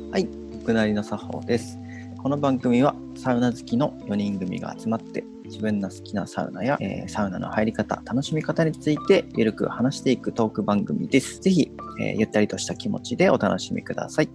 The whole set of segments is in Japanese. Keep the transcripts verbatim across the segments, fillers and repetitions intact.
はい、僕なりの作法です。この番組はサウナ好きのよにん組が集まって自分の好きなサウナや、えーサウナの入り方、楽しみ方についてゆるく話していくトーク番組です。ぜひ、えーゆったりとした気持ちでお楽しみください。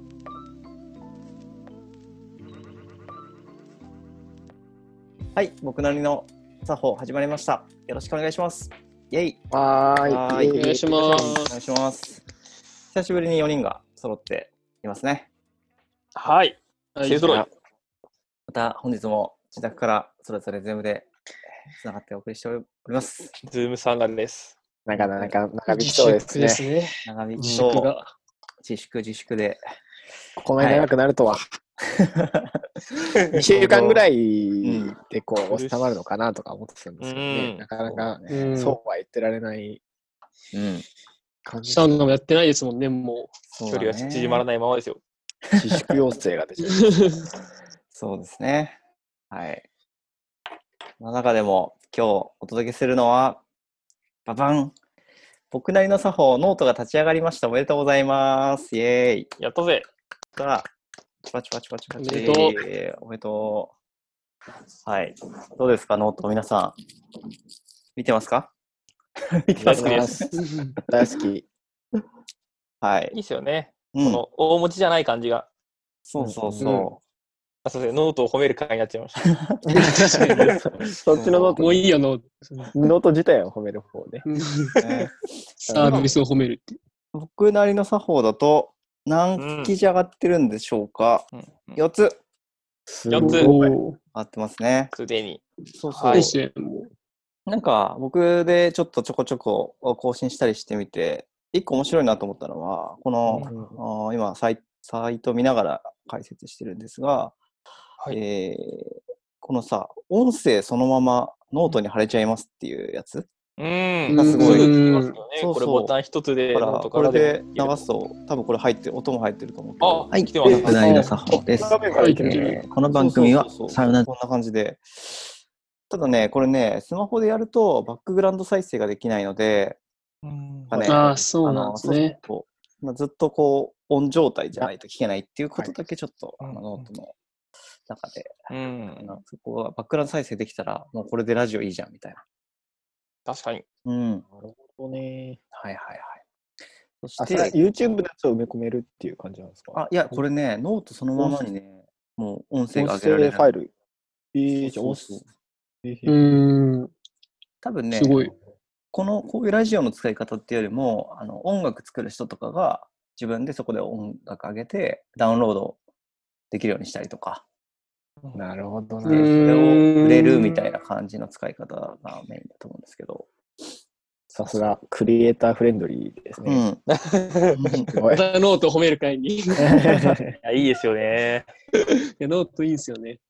はい、僕なりの作法始まりました。よろしくお願いします。イェイ。 ははーいーい。 お願いしまおす。 願いします。久しぶりによにんが揃っていますね。 はい。 はい勢ぞろい。 また本日も自宅からそれぞれズームでつながってお送りしております。 ズームサウナです。 ななかなか長引きそうですね。 自粛ですね。 長引き自と粛が。 自粛自粛でこんなに長くなるとは。にしゅうかんぐらいでこう収まるのかなとか思ってたんですけどね。 うんなかなかうんそうは言ってられないうん感じ。 サウナもやってないですもんね、もそうだ距離は縮まらね。 ないままですよ。自粛要請が出ちゃう。 う。 そうですね。はい。その中でも今日お届けするのはババン僕なりの作法ノートが立ち上がりました。おめでとうございます。イエーイ。 やったぜ。 さあ、チパチパチパチパチ。 おめでとうえーおめでとう。はい。どうですか、ノート皆さん。見てますか見てますか大好きです。大好き。 はいいい。ですよね。 うんこの大持ちじゃない感じが。 そうそうそあ、すみません。ノートを褒める会になっちゃいました。 確かにね。 そっちのノートもういいよ、ノーノート自体を褒める方で。 ト。 う、ね。 サービスを褒めるっていう。 僕なりの作法だと何記事上がってるんでしょうか、 うんうんよっつよっつおー上がってますね。 すでに。 そうそう。 はいですね、もなんか僕でちょっとちょこちょこ更新したりしてみて、一個面白いなと思ったのは、この、あー今サイ、サイト見ながら解説してるんですが、 はいえーこのさ、音声そのままノートに貼れちゃいますっていうやつ。 うん。 がすごいすぐ聞きますよね。 そうそうこれボタン一つでだからノートこれでも聞ける流すと、多分これ入ってる、音も入ってると思うけど。 あはい、 来てます僕なりの作法です。 画面からいけるはいえーこの番組はそうそうそうそうサウナこんな感じで、ただね、これね、スマホでやるとバックグラウンド再生ができないので、 うんあねああ、そうなんですね。 あのそうそうまあずっとこうオン状態じゃないと聞けないっていうことだけちょっと、 はいあのノートの中で、 うんあのそこはバックグラウンド再生できたら、もうこれでラジオいいじゃんみたいな。 確かに。 うん。 なるほどね。 はいはいはい。そしあ、それはて、 YouTube のやつを埋め込めるっていう感じなんですか？ あ、いや、これね、ノートそのままにね、もう音声音が上げられる。 声ファイル。えー、じゃあ音そうそうそう声。 うーん、 多分ね、 すごい。 このこういうラジオの使い方っていうよりも、あの音楽作る人とかが自分でそこで音楽上げてダウンロードできるようにしたりとか、 なるほどでそな。 れを売れるみたいな感じの使い方がメインだと思うんですけど、 さすがクリエイターフレンドリーですうね。 ん、 すごい。 またノート褒める会に。いいや、いいですよね。 や、ノートいいんですよね。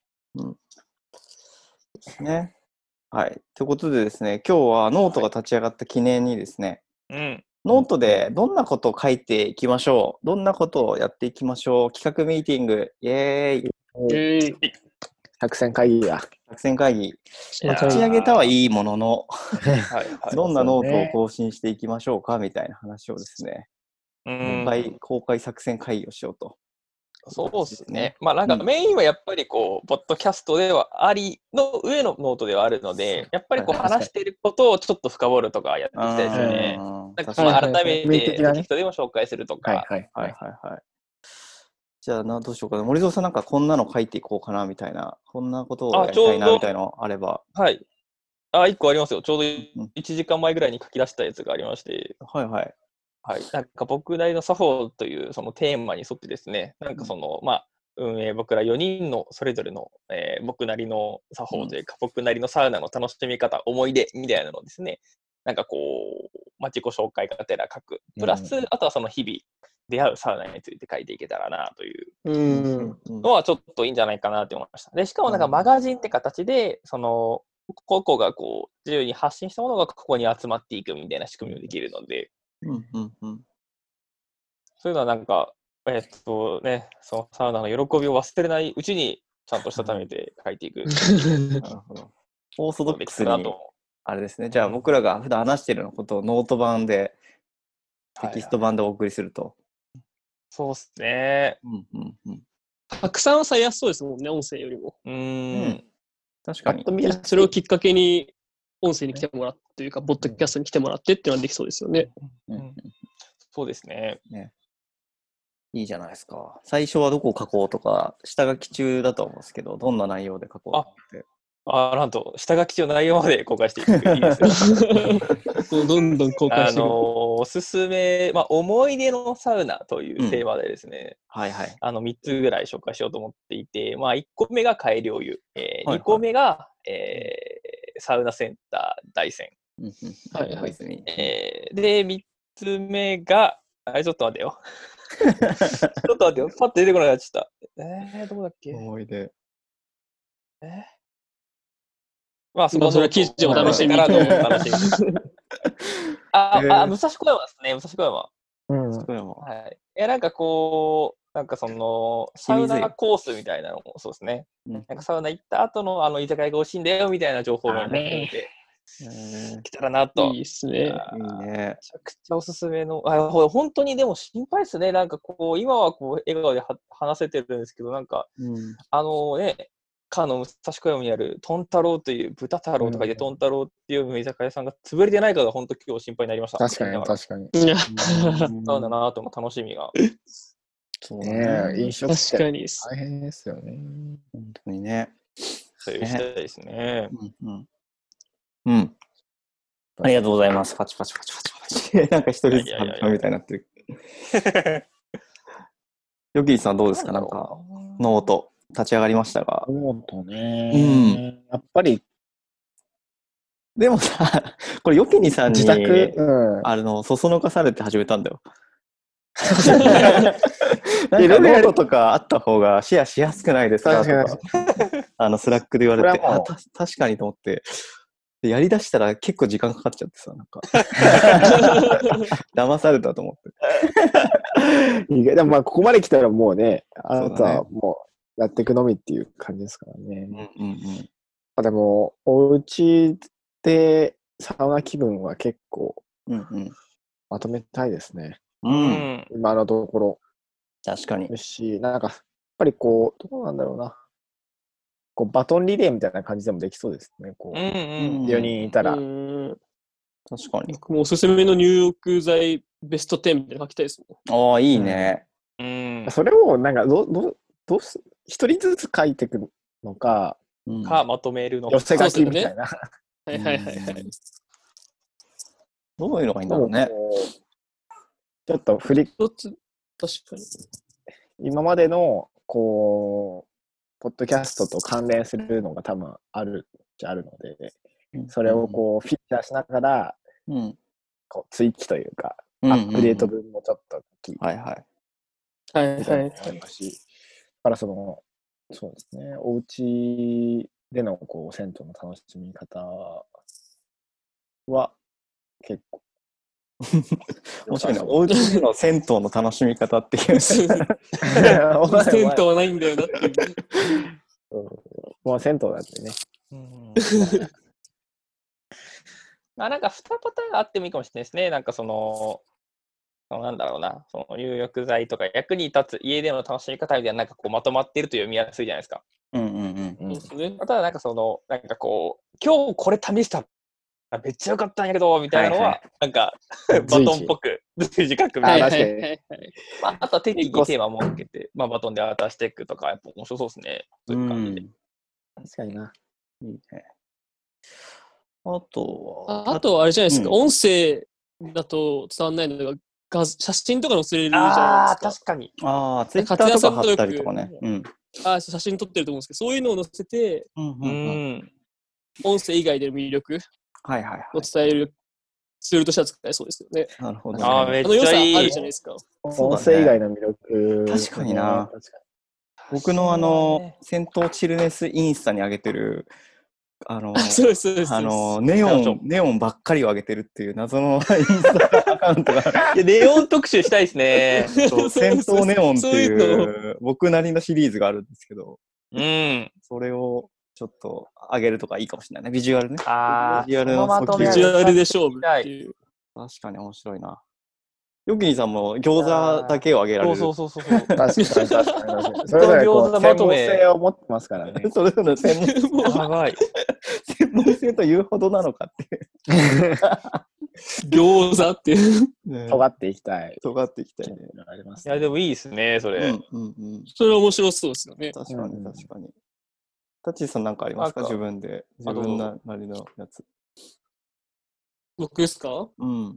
ですね。はい。ということでですね、今日はノートが立ち上がった記念にですね、 うん。 ノートでどんなことを書いていきましょう、どんなことをやっていきましょう、企画ミーティング、イエーイ、 えー、 作戦会議だ。 作戦会議。 いやー口上げたはいいものの、 はいはい。 どんなノートをそうね更新していきましょうかみたいな話をですね、 うん公開、公開作戦会議をしようと。 そうですね。まあなんかメインはやっぱりこう、ポッドキャストではありの上のノートではあるので、やっぱりこうはいはいはい話していることをちょっと深掘るとかやっていきたいですよね。 うんなんか確かにまあ改めはいてはいテキストでも紹介するとか。 はいはいはいはい。じゃあな、どうしようかな。森蔵さんなんかこんなの書いていこうかなみたいな、こんなことをやりたいなみたいなのあれば。 はい。あ、いっこありますよ。ちょうどうんいちじかんまえぐらいに書き出したやつがありまして、 はいはい。 はい。なんか僕なりの作法というそのテーマに沿ってですね、なんかその、まあ、運営僕らよにんのそれぞれの、えー僕なりの作法というか、僕なりのサウナの楽しみ方、思い出みたいなのをですね、なんかこう、まあ、自己紹介がてら書く。プラス、 うんあとはその日々出会うサウナについて書いていけたらなといううん。 うんのはちょっといいんじゃないかなって思いました。で、しかもなんかマガジンって形で、その、個々がこう、自由に発信したものがここに集まっていくみたいな仕組みもできるので、 うんうんうん。 そういうのはなんか、えっとね、そのサウナの喜びを忘れないうちに、ちゃんとしたためて書いていく。 なるほど。オーソドッでクスにきたなと思う。 あれですね。じゃあ僕らが普段話してるのことをノート版で、テキスト版でお送りすると。 そうっすね。 うんうんうん。 拡散はされやすそうですもんね、音声よりも。 うーうんん。 確かに。 でそれをきっかけに音声に来てもらってというか、ポッドキャストに来てもらってっていうのはできそうですよね。 うんうんそうですね。 ね、いいじゃないですか。最初はどこを書こうとか、下書き中だと思うんですけど、どんな内容で書こうって。 あ、なんと、下書き中の内容まで公開していく。いいですよ。 こうどんどん公開あのしていく。 おすすめ、まあ、思い出のサウナというテーマでですね、 はいはい。 あのみっつぐらい紹介しようと思っていて、まあ、いっこめが改良湯、えーはいはいにこめが、えーサウナセンター大山、 うんうんはいはい。 別に。 えーで、みっつめが、あれ、ちょっと待ってよ。ちょっと待ってよ。パッと出てこなくなっちゃった。えー、どこだっけ思い出。 えーまあ、そまあ、それはこの記事をおまあ楽しみに。 これからのお楽しみです。あ、 えーあ、武蔵小山ですね、武蔵小山。 うん。 それもはい。いや、なんかこう、なんかその、サウナコースみたいなのもそうですね。 うんなんかサウナ行った後のあの居酒屋が美味しいんだよみたいな情報もあ持ってねてえーきたらなと。 いいっすね。 あーいいね。 めちゃくちゃおすすめの、あ、ほ本当にでも心配ですね。なんかこう、今はこう、笑顔では話せてるんですけど、なんか、 うん。 あのね、かの武蔵小山にあるトン太郎という豚太郎とかで、 うんトン太郎っていう居酒屋さんが潰れてないかが本当今日心配になりました。 確かに、 やりながら確かに。 いやサウナなとも楽しみが。 そうだねえ、 ね。 飲食確か店にです。 大変ですよね。 本当にね。 そういうしたいですね。 うんうん。うん。ありがとうございます。パチパチパチパチパチ。なんか一人ずついやいやいやいや話みたいになってる。ヨキーさんどうですか？なんか、ノート立ち上がりましたが。 ノートね、 うんやっぱりでもさ、これヨキニさんに、 自宅、うん、 あの、そそのかされて始めたんだよ。なんかノートとかあった方がシェアしやすくないですかと確か、あの、スラックで言われて、 これはもうあ、た確かにと思って、でやりだしたら結構時間かかっちゃってさ、なんか、騙されたと思って。 意外でもまあここまで来たらもうね、あなそうだねたはもうやっていくのみっていう感じですからね。 うんうんうん。 あでも、お家でサウナ気分は結構うんうん。 まとめたいですね。 う。 うんん。 今のところ。 確かに。 ですし、なんか、やっぱりこう、どうなんだろうな。こうバトンリレーみたいな感じでもできそうですね。こう、 うんうん。 よにんいたら。 うん確かに。 僕もおすすめの入浴剤ベストじゅうみたいなの書きたいですもん。 ああ、いいね。 うん。 それを、なんかど、どう、どうす、一人ずつ書いていくのか、 うんか、まとめるの寄せ書きみたいな。 はいはいはいはい。 どういうのがいいんだろうね。 こうちょっと振り、 一つ、確かに。 今までの、こう、ポッドキャストと関連するのが多分あるっちゃあるので、それをこう、フィーチャーしながら、 うん。 こう、追記というか、 うん。 アップデート分もちょっと聞いてはいはい。 はいみたいはないのもありますし、だからその、そうですね、お家でのこう銭湯の楽しみ方は結構面白いね。お家での銭湯の楽しみ方っていう。 銭湯はないんだよなっていう。 もう銭湯だってね。 うんまあなんかにパターンがあってもいいかもしれないですね。なんかその、そのなんだろうな、その入浴剤とか役に立つ家での楽しみ方みたいな、なんかこうまとまってると読みやすいじゃないですか。 うんうんうん。 そうですね。 ただなんかその、なんかこう、今日これ試したらめっちゃ良かったんやけど、みたいなのは、 はいはなんか、 随バ時トンっぽく、随時書くみたいな。 あ確かにはいはいはいはい。 まあ、あとは適宜テーマを設けて、まあ、バトンで渡していくとか、やっぱ面白そうですね。そういう感じで。 確かにな。 いいね。あとは、 ああと、あれじゃないですか、 うん音声だと伝わんないのが、画写真とか載せれるじゃああ、 ないですか。 確かに。 ああ、ツイッターとか貼ったりとかね。うん。 あ写真撮ってると思うんですけど、そういうのを載せて、 ううんうんうん。 ん。 音声以外での魅力はいはいをは伝えるツールとしては使えそうですよね。 い。なるほど。 ああ、めっあの良さちゃいい。 あるじゃないですか。 そうだね音声以外の魅力、 確かにな確か僕のあの、 ね戦闘チルネスインスタに上げてる、あの、 あそうです、そうです。 あそうの、 ですネオそうン、ネオンばっかりを上げてるっていう謎のインスタアカウントが、 いやネオン特集したいですね。 そう戦闘ネオンってそういうのをいう僕なりのシリーズがあるんですけど、 うん。 それをちょっと上げるとかいいかもしれないね。ビジュアルね。 ああ、 ビジュアルのそのまとめビジュアルで勝負めっちゃっていう。 確かに面白いな。 ヨギニさんも餃子だけをあげられる。 そうそうそうそう。 確かに確かに確かに。それぞれこう餃子まとめ専門性を持ってますからね。 それぞれの専門やばい。 専門性というほどなのかっていう。 餃子っていう。 ね尖っていきたい。 尖っていきたいね。 ありますいや、でもいいですね、それ。 うんうんうん。 それは面白そうですよね。 確かにうん確かに。タッチーさんなんかありますか？ なんか自分で。自あの分ななりのやつ。 僕ですか？ うん。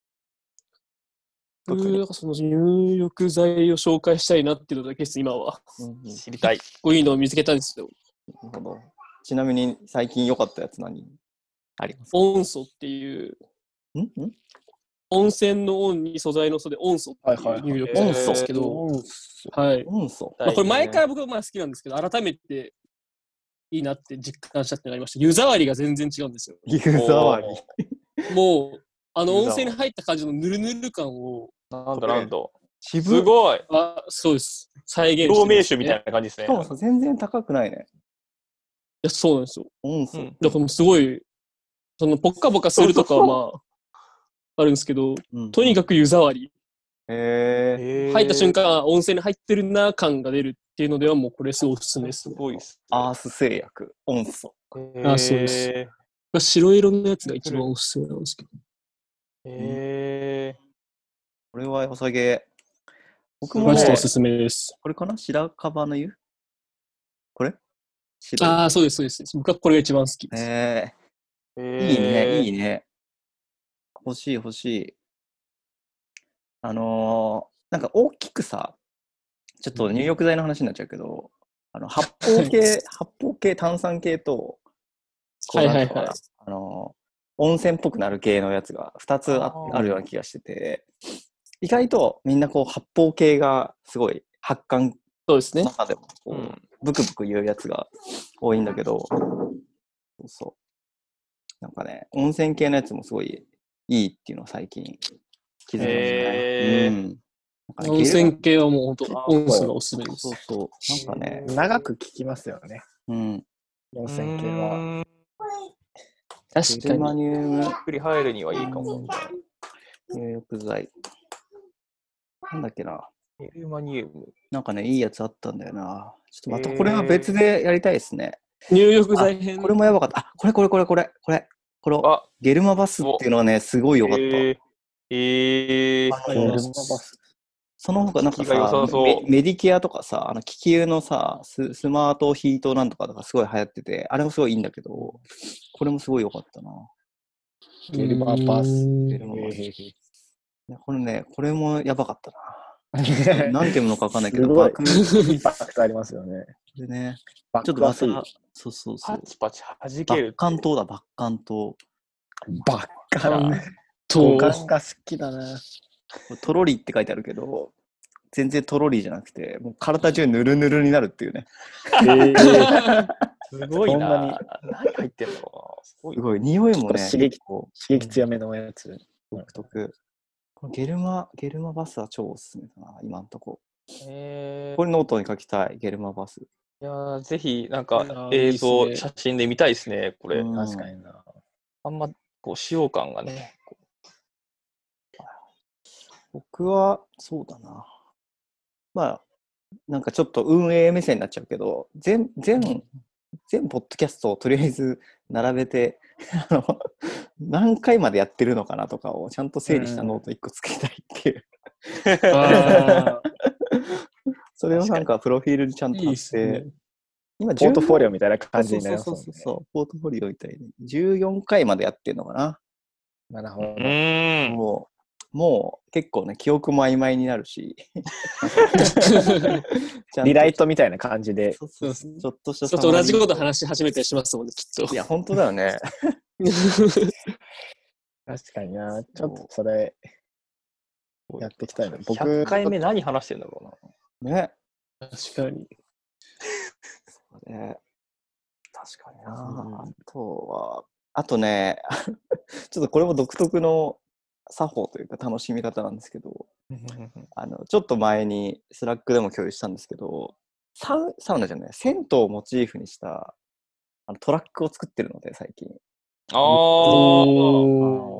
僕、 特になんかその入浴剤を紹介したいなっていうのだけです、今は。 うんうん、な知りたい。 こういうのを見つけたんですよ。 るほど。ちなみに最近良かったやつ何ありますか？ 温素っていう、 んん温泉の温に素材の素で温素っていう入浴剤なんですけど、 うんはい。 温素。 まあ、これ前から僕はまあ好きなんですけど、改めていいなって実感したってなりました。湯触りが全然違うんですよ。 湯触り。 もう、あの湯触り温泉に入った感じのぬるぬる感を、 なんだなんだ。 渋すごい。 あ、そうです。再現して透ますね明酒みたいな感じですね。 しかもさ、全然高くないね。 いや、そうなんですよ。 温素。 うんだからもうすごい、そのポッカポカするとかはまあ、あるんですけど、 うんとにかく湯触り。 へえ。 へー入った瞬間、温泉に入ってるな感が出るっていうのでは、もうこれすごいおすすめですすね。 ごいっす。 アース製薬。温素。 あそうです白色のやつが一番おすすめなんですけど。 へえ。 これは良さげ。僕もねマジでお、すすめです。 これかな白樺の湯これ白い。 ああ、そうです、そうです。僕はこれが一番好きです。 へえ。 へいいね、いいね。 ね。欲しい、欲しい。あのーなんか大きくさ、ちょっと入浴剤の話になっちゃうけど、あの発泡系、発泡系、炭酸系と、こうはいはいはいなんていうのかなあのー温泉っぽくなる系のやつがふたつああーあるような気がしてて、意外とみんなこう発泡系がすごい発汗そうですねの。中でもこう、 うんブクブク言うやつが多いんだけど、そうそう。なんかね、温泉系のやつもすごいいいっていうのを最近気づきましたね。 へーうん。なんかね温泉系はもう本当あ温素がおすすめですそう。そう。なんかね、 長く効きますよね。 うん。 温泉系は。 は。 確かゲルマに。 ニウムゆっくり入るにはいいかも。 入浴剤。なんだっけな。 ゲルマニウム。 なんかね、いいやつあったんだよな。ちょっとまたこれは別でやりたいですね。 入浴剤編。 これもやばかった。あ、これこれこれこれ。これ。このあ、 ゲルマバスっていうのはね、すごい良かった。 へーへーあのゲルマバス。 その他なんか効きが良ささそうメ、メディケアとかさ、あの気球のさス、スマートヒートなんとかとかすごい流行ってて、あれもすごいいいんだけど、これもすごい良かったな。 ゲルマバス。 ゲルマバス。ねこれね、これもやばかったな。何て読むのか分かんないけど、 すごい爆インパクトありますよね。 でね、 バちょっとまた、 ッそうそうそう。 パチパチ弾ける抜。関東だ、抜関東。 バッカラ。 と五感が好きだな。 トロリって書いてあるけど、全然トロリじゃなくて、もう体中ヌルヌルになるっていうね。 えー、 すごいな。 そんなに何入ってんのかな。すごいす。ごい、匂いもね、 刺激結構刺激強めのやつ。 独特。このゲルマ、ゲルマバスは超おすすめだな、今んとこ。 へーこれノートに書きたい、ゲルマバス。 いやーぜひ、なんいかやー映像、 いいっすね写真で見たいですね、これ。 うん確かにな。 あんま、こう、使用感がね。こ僕は、そうだな。まあ、なんかちょっと運営目線になっちゃうけど、全、全、全ポッドキャストをとりあえず並べて、あの、何回までやってるのかなとかをちゃんと整理したノートいっこ作りたいっていう。 あそれをなんかプロフィールにちゃんーいいっと貼って、 すね。 今ポートフォリオみみたいな感じになりますそうもんね。 そうそうそう、ポートフォリオみたいに。じゅうよんかいまでやってるのかな。 うなるほど。 ーん。 もう、もう結構ね、記憶も曖昧になるし。ちゃんとリライトみたいな感じで。 そうそうそうちょっとしたちょっと同じこと話話し始めたりしますもんね、きっと。 いや、本当だよね。 確かにな。ちょっとそれ、やっていきたいな。僕、 ひゃっかいめ何話してんだろうな。 ね。 確かに。 ね確かにな、 うんあとは、あとね、ちょっとこれも独特の作法というか楽しみ方なんですけど、あのちょっと前にスラックでも共有したんですけど、サウサウナじゃない、銭湯をモチーフにしたあのトラックを作ってるので、最近。 ああー。 の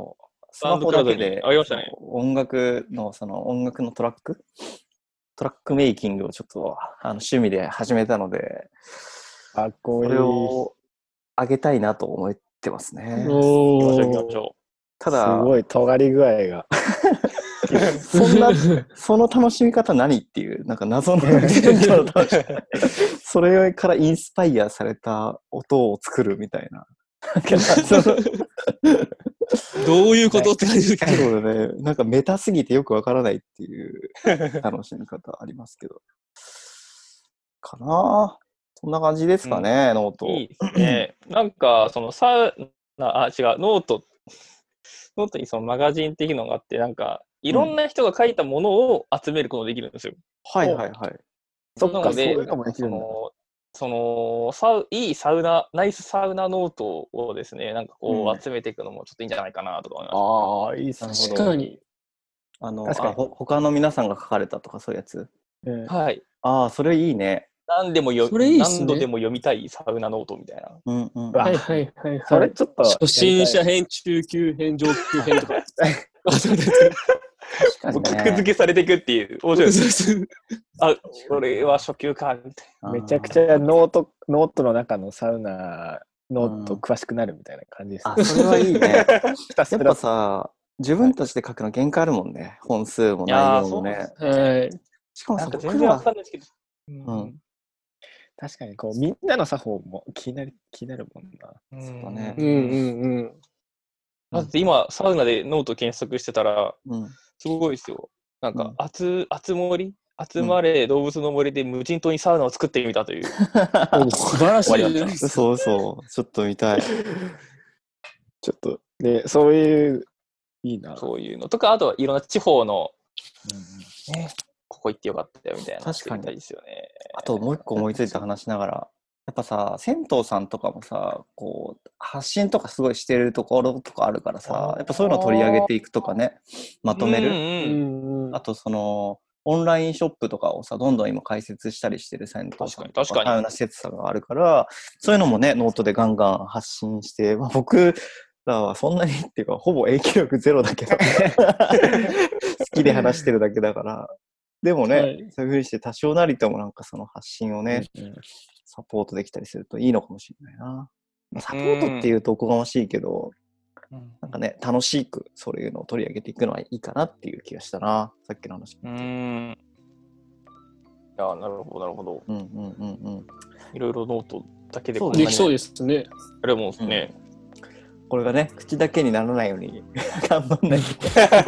スマホだけバンドクラウドにでありましたねそう音楽のその音楽のトラックトラックメイキングをちょっとあの趣味で始めたので、 かっここいい。 れを上げたいなと思ってますね。 行きましょう行きましおょただすごい尖り具合が。 そんなその楽しみ方何っていうなんか謎の楽しみ方それからインスパイアされた音を作るみたいな。なんか謎のどういうことって感じですけど。 そうだね。なんかメタすぎてよくわからないっていう楽しみ方ありますけど。かなぁ。そんな感じですかね、ノート。 いいですね。なんか、そのサウナ、あ、違う、ノート、ノートにそのマガジンっていうのがあって、なんか、いろんな人が書いたものを集めることができるんですよ。 はいはいはい。 そっか、そうなので、 いうのもできそるんだ。 の、そのサウいいサウナ、ナイスサウナノートをですね、なんかこうんう集めていくのもちょっといいんじゃないかなとか思いましああ、いいっすね。 なるほど確かに。 あの、 確かにあほ他の皆さんが書かれたとかそういうやつ。 うんた。はい。 ああ、それいいね。 何でもよそれいいっすね何度でも読みたいサウナノートみたいな。 うんうん。 わはいはいはいはい。 それちょっとやりたい。 初心者編、中級編、上級編とか。あそうです確かに格付ね。 けされていくっていう。面白いです。 そうそうあ、これは初級か、みたいめちゃくちゃノート、ノートの中のサウナノート詳しくなるみたいな感じですね。 あ、それはいいね。 ひたすらやっぱさ、自分たちで書くの限界あるもんね。本数もいやー内容もね。 はい。 な。 しかもさ、 なんか全然わ僕らかんないですけど。 うん確かにこう、みんなの作法も気になる、気になるもんな。 うんそうだねうんうんうん。 だって今、サウナでノート検索してたら、 うん。 すごいですよ。なんかうん、 あつ、あつ森集まれ動物の森で無人島にサウナを作ってみたという。 お素晴らしいじゃないですか。 そうそう。ちょっと見たい。 ちょっと、で、そういう、いいな。 そういうのとか、あとはいろんな地方の、 うんうんね、ここ行ってよかったよみたいなの確かに知りたいですよね。 あともう一個思いついた話しながら、やっぱさ、銭湯さんとかもさ、こう、発信とかすごいしてるところとかあるからさあー、 やっぱそういうのを取り上げていくとかね、まとめる。 うんううんんうん。 あとその、オンラインショップとかをさ、どんどん今開設したりしてる銭湯さんと確かに確かにサウナ施設さんがあるから、そういうのもね、ノートでガンガン発信して、まあ、僕らはそんなにっていうか、ほぼ影響力ゼロだけど、好きで話してるだけだから、でもね、 はいそういうふうにして多少なりともなんかその発信をね、 うんうんサポートできたりするといいのかもしれないな。まあサポートっていうとおこがましいけど、 うんなんかね、楽しくそういうのを取り上げていくのはいいかなっていう気がしたな。さっきの話。 うーん。いや、なるほど、なるほど。 うんうんうんうん。 いろいろノートだけでそうこんなにできそうですね。 あれもんですね。 これがね、口だけにならないように頑張んないと。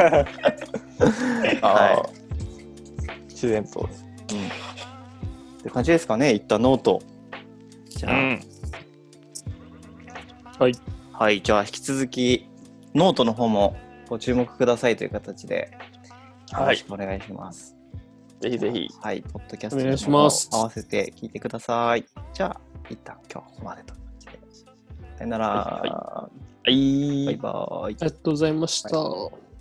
あはあ、自然と。 うん。って感じですかね、一旦ノート。じゃあ、 うん。 はい。 はい、じゃあ引き続き、ノートの方もご注目くださいという形で、よはいろしくお願いします。 ぜひぜひ。 はい、ポッドキャストお願いしにもます合わせて聞いてください。じゃあ、一旦今日はここまでという感じで。さよなら。 はいはい。 バイバイ。 ありがとうございました。